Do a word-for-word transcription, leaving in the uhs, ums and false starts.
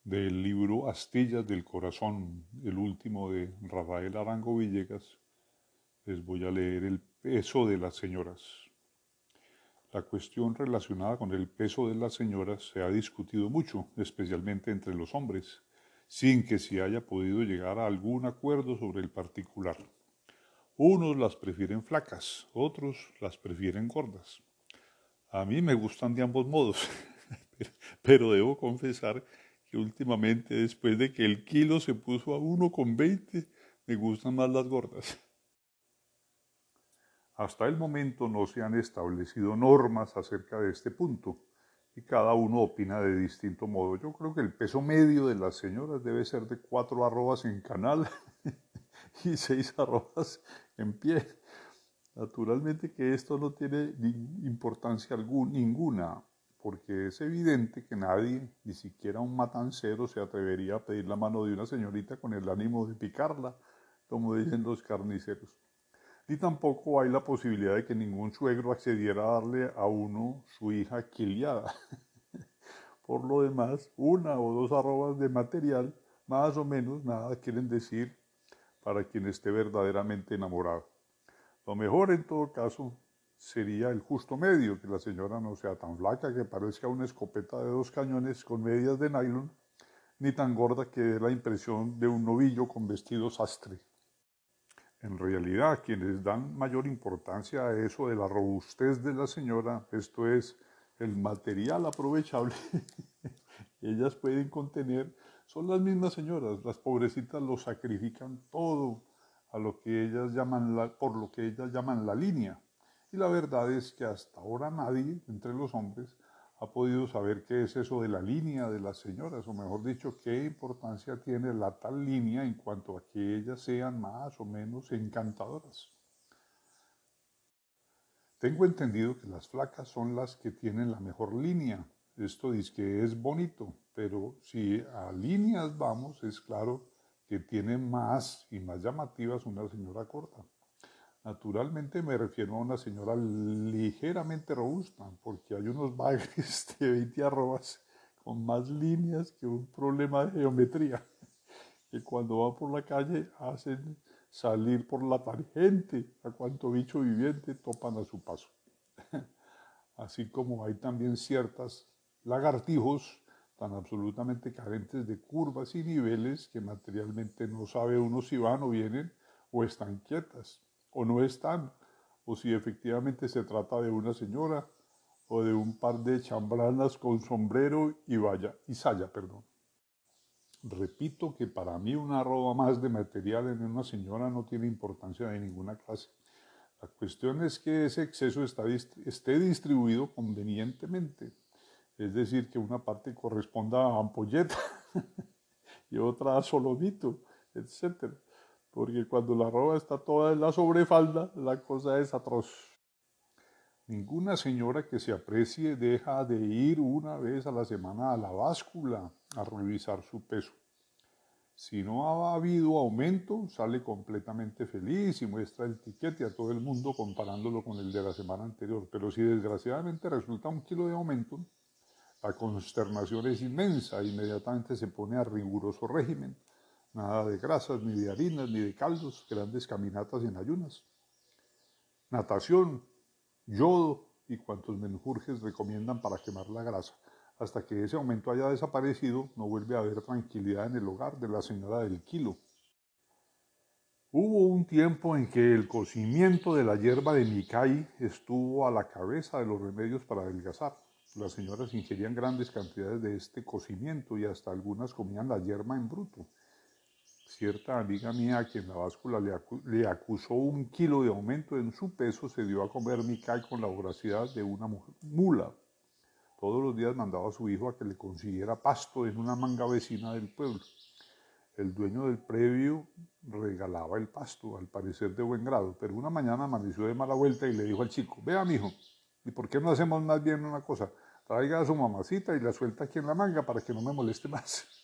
del libro Astillas del Corazón, el último de Rafael Arango Villegas, les voy a leer el peso de las señoras. La cuestión relacionada con el peso de las señoras se ha discutido mucho, especialmente entre los hombres, sin que se haya podido llegar a algún acuerdo sobre el particular. Unos las prefieren flacas, otros las prefieren gordas. A mí me gustan de ambos modos, pero debo confesar que últimamente, después de que el kilo se puso a uno con veinte, me gustan más las gordas. Hasta el momento no se han establecido normas acerca de este punto y cada uno opina de distinto modo. Yo creo que el peso medio de las señoras debe ser de cuatro arrobas en canal y seis arrobas en pie. Naturalmente que esto no tiene importancia alguna, ninguna, porque es evidente que nadie, ni siquiera un matancero, se atrevería a pedir la mano de una señorita con el ánimo de picarla, como dicen los carniceros. Ni tampoco hay la posibilidad de que ningún suegro accediera a darle a uno su hija quiliada. Por lo demás, una o dos arrobas de material, más o menos, nada quieren decir para quien esté verdaderamente enamorado. Lo mejor en todo caso sería el justo medio, que la señora no sea tan flaca que parezca una escopeta de dos cañones con medias de nylon, ni tan gorda que dé la impresión de un novillo con vestido sastre. En realidad, quienes dan mayor importancia a eso de la robustez de la señora, esto es, el material aprovechable que ellas pueden contener, son las mismas señoras. Las pobrecitas lo sacrifican todo a lo que ellas llaman la, por lo que ellas llaman la línea. Y la verdad es que hasta ahora nadie, entre los hombres, ha podido saber qué es eso de la línea de las señoras, o mejor dicho, qué importancia tiene la tal línea en cuanto a que ellas sean más o menos encantadoras. Tengo entendido que las flacas son las que tienen la mejor línea. Esto dice que es bonito, pero si a líneas vamos, es claro que tiene más y más llamativas una señora corta. Naturalmente me refiero a una señora ligeramente robusta, porque hay unos bagres de veinte arrobas con más líneas que un problema de geometría, que cuando van por la calle hacen salir por la tangente a cuanto bicho viviente topan a su paso. Así como hay también ciertas lagartijos tan absolutamente carentes de curvas y niveles que materialmente no sabe uno si van o vienen o están quietas o no están, o si efectivamente se trata de una señora o de un par de chambranas con sombrero y vaya y saya, perdón. Repito que para mí una arroba más de material en una señora no tiene importancia de ninguna clase. La cuestión es que ese exceso está, esté distribuido convenientemente, es decir, que una parte corresponda a ampolleta y otra a solomito, etcétera. Porque cuando la ropa está toda en la sobrefalda, la cosa es atroz. Ninguna señora que se aprecie deja de ir una vez a la semana a la báscula a revisar su peso. Si no ha habido aumento, sale completamente feliz y muestra el tiquete a todo el mundo comparándolo con el de la semana anterior. Pero si desgraciadamente resulta un kilo de aumento, la consternación es inmensa e inmediatamente se pone a riguroso régimen. Nada de grasas, ni de harinas, ni de caldos, grandes caminatas en ayunas. Natación, yodo y cuantos menjurjes recomiendan para quemar la grasa. Hasta que ese aumento haya desaparecido, no vuelve a haber tranquilidad en el hogar de la señora del kilo. Hubo un tiempo en que el cocimiento de la hierba de micay estuvo a la cabeza de los remedios para adelgazar. Las señoras ingerían grandes cantidades de este cocimiento y hasta algunas comían la hierba en bruto. Cierta amiga mía a quien la báscula le, acu le acusó un kilo de aumento en su peso se dio a comer micay con la voracidad de una mula. Todos los días mandaba a su hijo a que le consiguiera pasto en una manga vecina del pueblo. El dueño del predio regalaba el pasto, al parecer de buen grado, pero una mañana amaneció de mala vuelta y le dijo al chico: vea, mijo, ¿y por qué no hacemos más bien una cosa? Traiga a su mamacita y la suelta aquí en la manga para que no me moleste más.